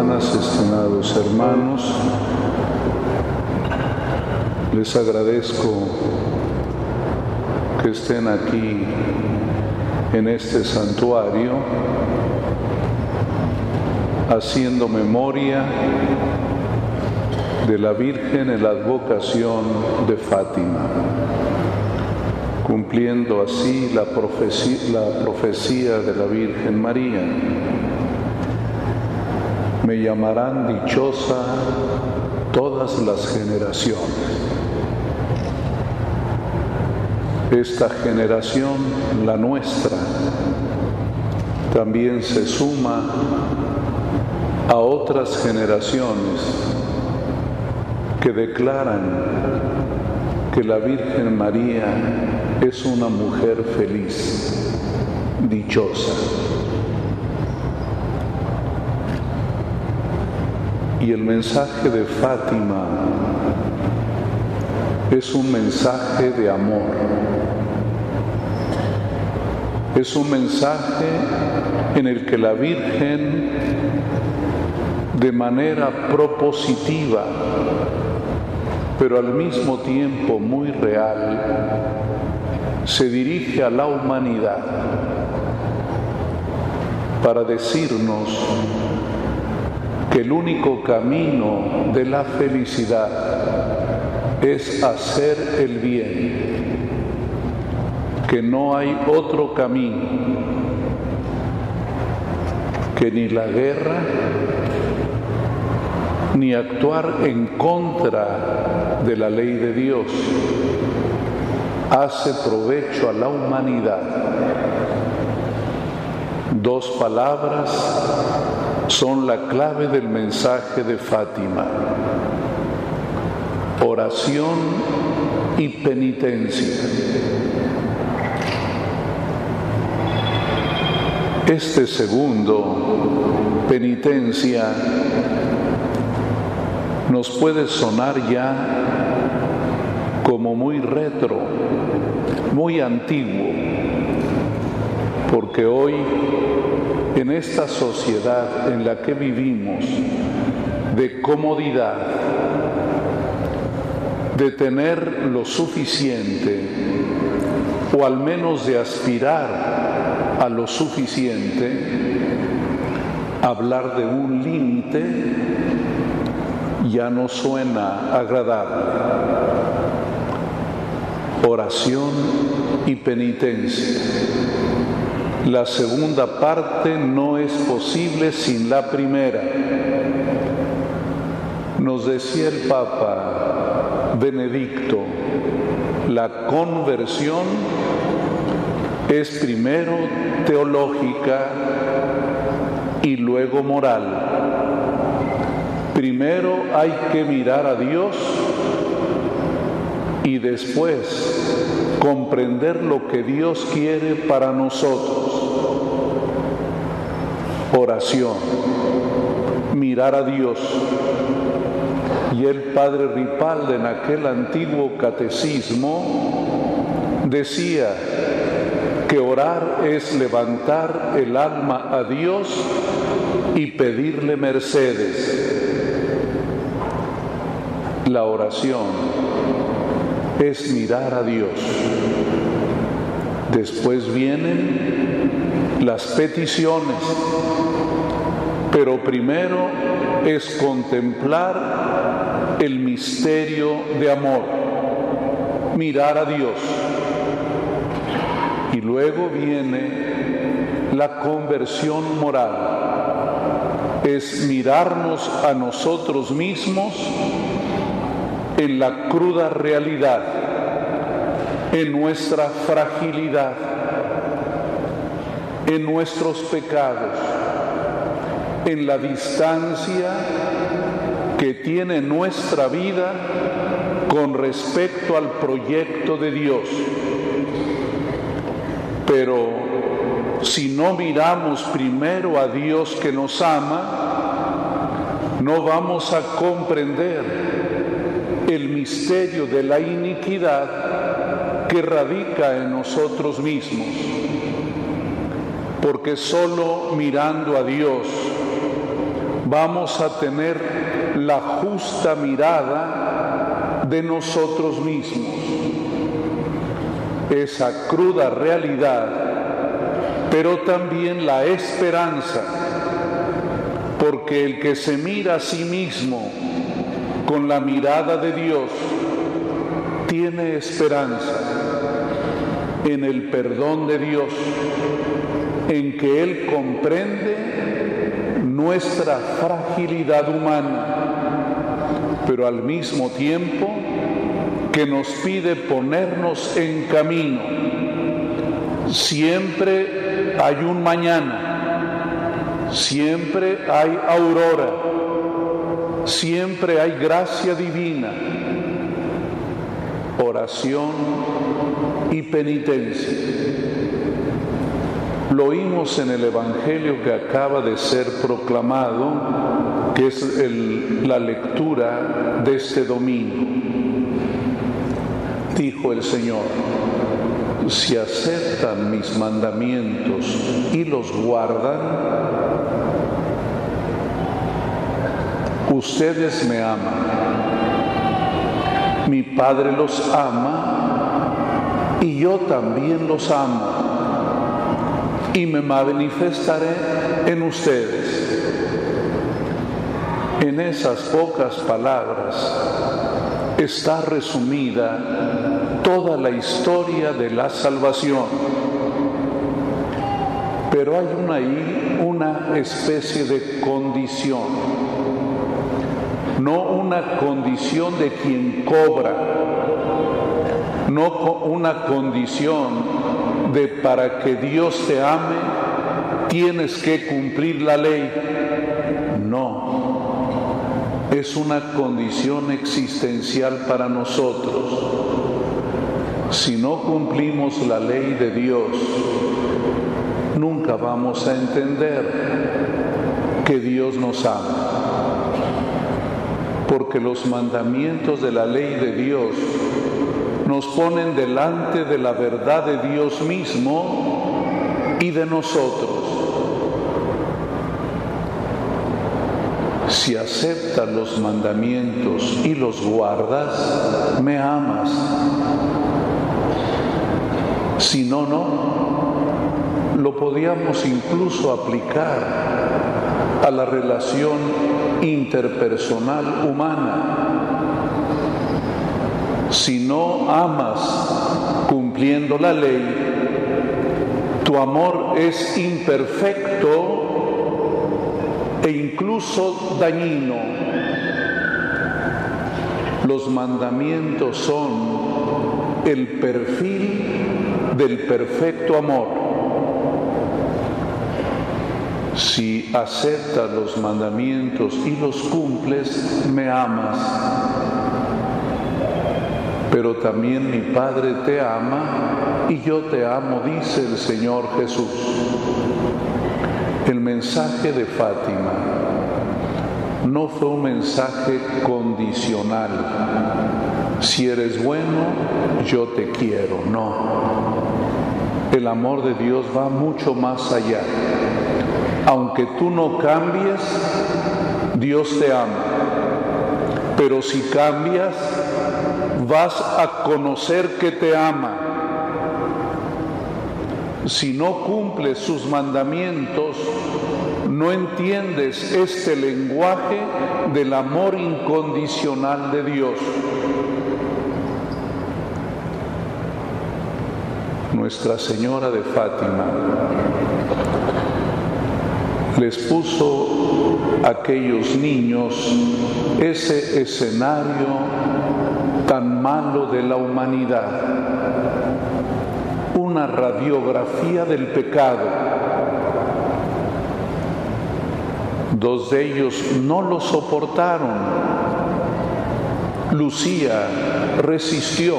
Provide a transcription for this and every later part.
hermanas, estimados hermanos, les agradezco que estén aquí en este santuario haciendo memoria de la Virgen en la advocación de Fátima, cumpliendo así la profecía de la Virgen María. Me llamarán dichosa todas las generaciones. Esta generación, la nuestra, también se suma a otras generaciones que declaran que la Virgen María es una mujer feliz, dichosa. Y el mensaje de Fátima es un mensaje de amor. Es un mensaje en el que la Virgen, de manera propositiva, pero al mismo tiempo muy real, se dirige a la humanidad para decirnos que el único camino de la felicidad es hacer el bien, que no hay otro camino, que ni la guerra, ni actuar en contra de la ley de Dios hace provecho a la humanidad. Dos palabras son la clave del mensaje de Fátima: oración y penitencia. Este segundo, penitencia, nos puede sonar ya como muy retro, muy antiguo, porque hoy, en esta sociedad en la que vivimos, de comodidad, de tener lo suficiente, o al menos de aspirar a lo suficiente, hablar de un límite ya no suena agradable. Oración y penitencia. La segunda parte no es posible sin la primera. Nos decía el Papa Benedicto, la conversión es primero teológica y luego moral. Primero hay que mirar a Dios y después comprender lo que Dios quiere para nosotros. Oración, mirar a Dios. Y el Padre Ripalda, en aquel antiguo catecismo, decía que orar es levantar el alma a Dios y pedirle mercedes. La oración es mirar a Dios. Después vienen las peticiones, pero primero es contemplar el misterio de amor, mirar a Dios. Y luego viene la conversión moral, es mirarnos a nosotros mismos en la cruda realidad, en nuestra fragilidad, en nuestros pecados, en la distancia que tiene nuestra vida con respecto al proyecto de Dios. Pero si no miramos primero a Dios que nos ama, no vamos a comprender el misterio de la iniquidad que radica en nosotros mismos. Porque solo mirando a Dios vamos a tener la justa mirada de nosotros mismos, esa cruda realidad, pero también la esperanza, porque el que se mira a sí mismo con la mirada de Dios tiene esperanza en el perdón de Dios, en que Él comprende nuestra fragilidad humana, pero al mismo tiempo que nos pide ponernos en camino. Siempre hay un mañana, siempre hay aurora, siempre hay gracia divina, oración y penitencia. Lo oímos en el Evangelio que acaba de ser proclamado, que es la lectura de este domingo. Dijo el Señor: si aceptan mis mandamientos y los guardan, ustedes me aman. Mi Padre los ama y yo también los amo, y me manifestaré en ustedes. En esas pocas palabras está resumida toda la historia de la salvación. Pero hay ahí una especie de condición, no una condición de quien cobra, no una condición de para que Dios te ame tienes que cumplir la ley. No, es una condición existencial para nosotros. Si no cumplimos la ley de Dios, nunca vamos a entender que Dios nos ama. Porque los mandamientos de la ley de Dios nos ponen delante de la verdad de Dios mismo y de nosotros. Si aceptas los mandamientos y los guardas, me amas. Si no, no. Lo podíamos incluso aplicar a la relación interpersonal humana. Si no amas cumpliendo la ley, tu amor es imperfecto e incluso dañino. Los mandamientos son el perfil del perfecto amor. Si aceptas los mandamientos y los cumples, me amas. Pero también mi Padre te ama y yo te amo, dice el Señor Jesús. El mensaje de Fátima no fue un mensaje condicional. Si eres bueno, yo te quiero. No. El amor de Dios va mucho más allá. Aunque tú no cambies, Dios te ama. Pero si cambias, vas a conocer que te ama. Si no cumples sus mandamientos, no entiendes este lenguaje del amor incondicional de Dios. Nuestra Señora de Fátima les puso a aquellos niños ese escenario tan malo de la humanidad, una radiografía del pecado. Dos de ellos no lo soportaron. Lucía resistió,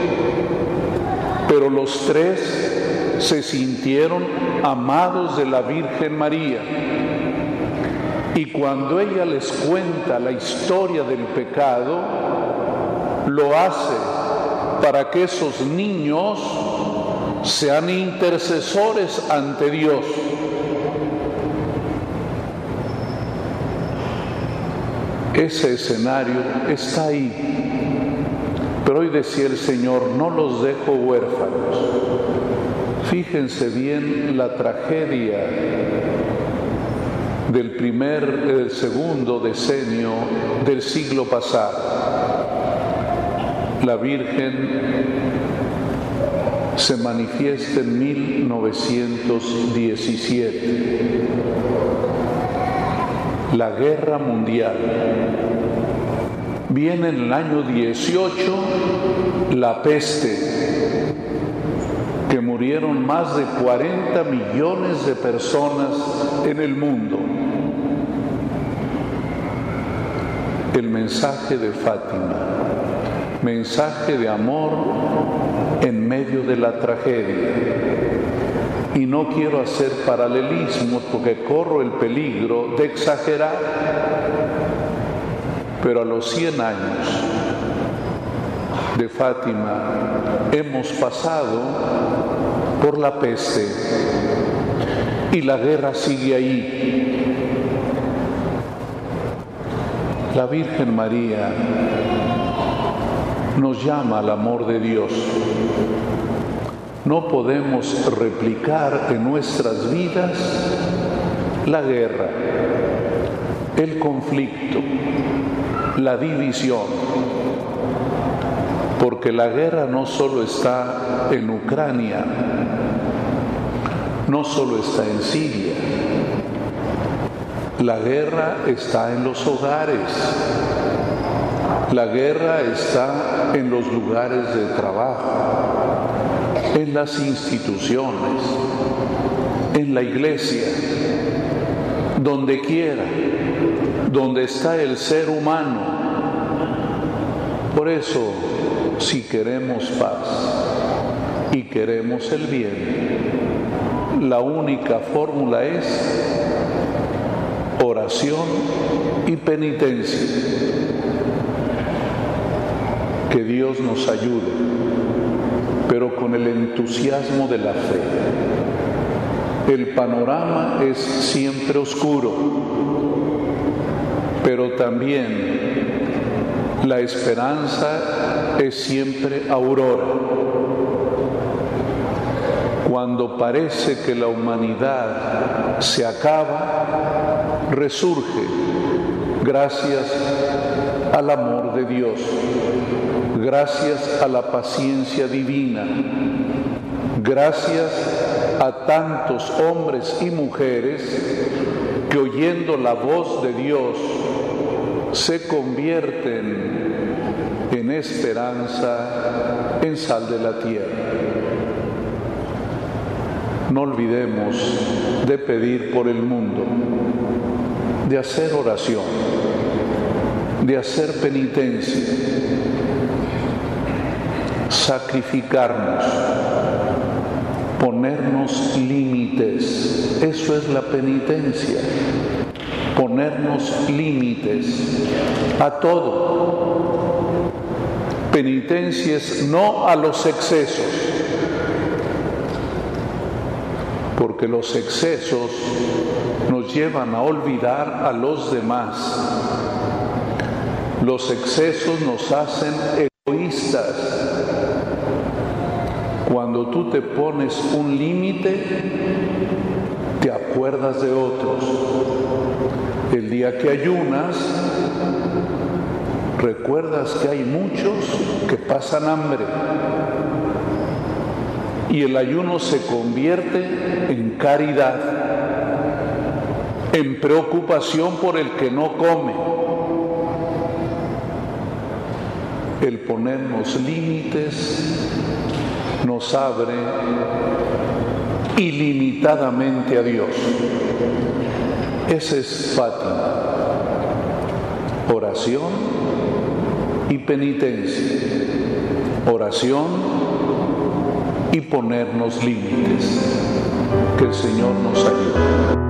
pero los tres se sintieron amados de la Virgen María. Y cuando ella les cuenta la historia del pecado, lo hace para que esos niños sean intercesores ante Dios. Ese escenario está ahí. Pero hoy decía el Señor, no los dejo huérfanos. Fíjense bien la tragedia del segundo decenio del siglo pasado. La Virgen se manifiesta en 1917. La guerra mundial. Viene en el año 18 la peste, que murieron más de 40 millones de personas en el mundo. El mensaje de Fátima, mensaje de amor en medio de la tragedia. Y no quiero hacer paralelismos porque corro el peligro de exagerar, pero a los 100 años de Fátima hemos pasado por la peste y la guerra sigue ahí. La Virgen María nos llama al amor de Dios. No podemos replicar en nuestras vidas la guerra, el conflicto, la división, porque la guerra no solo está en Ucrania, no solo está en Siria, la guerra está en los hogares, la guerra está en los lugares de trabajo, en las instituciones, en la iglesia, donde quiera, donde está el ser humano. Por eso, si queremos paz y queremos el bien, la única fórmula es oración y penitencia. Que Dios nos ayude, pero con el entusiasmo de la fe. El panorama es siempre oscuro, pero también la esperanza es siempre aurora. Cuando parece que la humanidad se acaba, resurge gracias al amor de Dios, gracias a la paciencia divina, gracias a tantos hombres y mujeres que oyendo la voz de Dios se convierten en esperanza, en sal de la tierra. No olvidemos de pedir por el mundo, de hacer oración, de hacer penitencia, sacrificarnos, ponernos límites. Eso es la penitencia, ponernos límites a todo. Penitencia es no a los excesos, porque los excesos nos llevan a olvidar a los demás. Los excesos nos hacen egoístas. Cuando tú te pones un límite, te acuerdas de otros. El día que ayunas, recuerdas que hay muchos que pasan hambre. Y el ayuno se convierte en caridad, en preocupación por el que no come. El ponernos límites nos abre ilimitadamente a Dios. Ese es Fátima. Oración y penitencia. Oración y ponernos límites. Que el Señor nos ayude.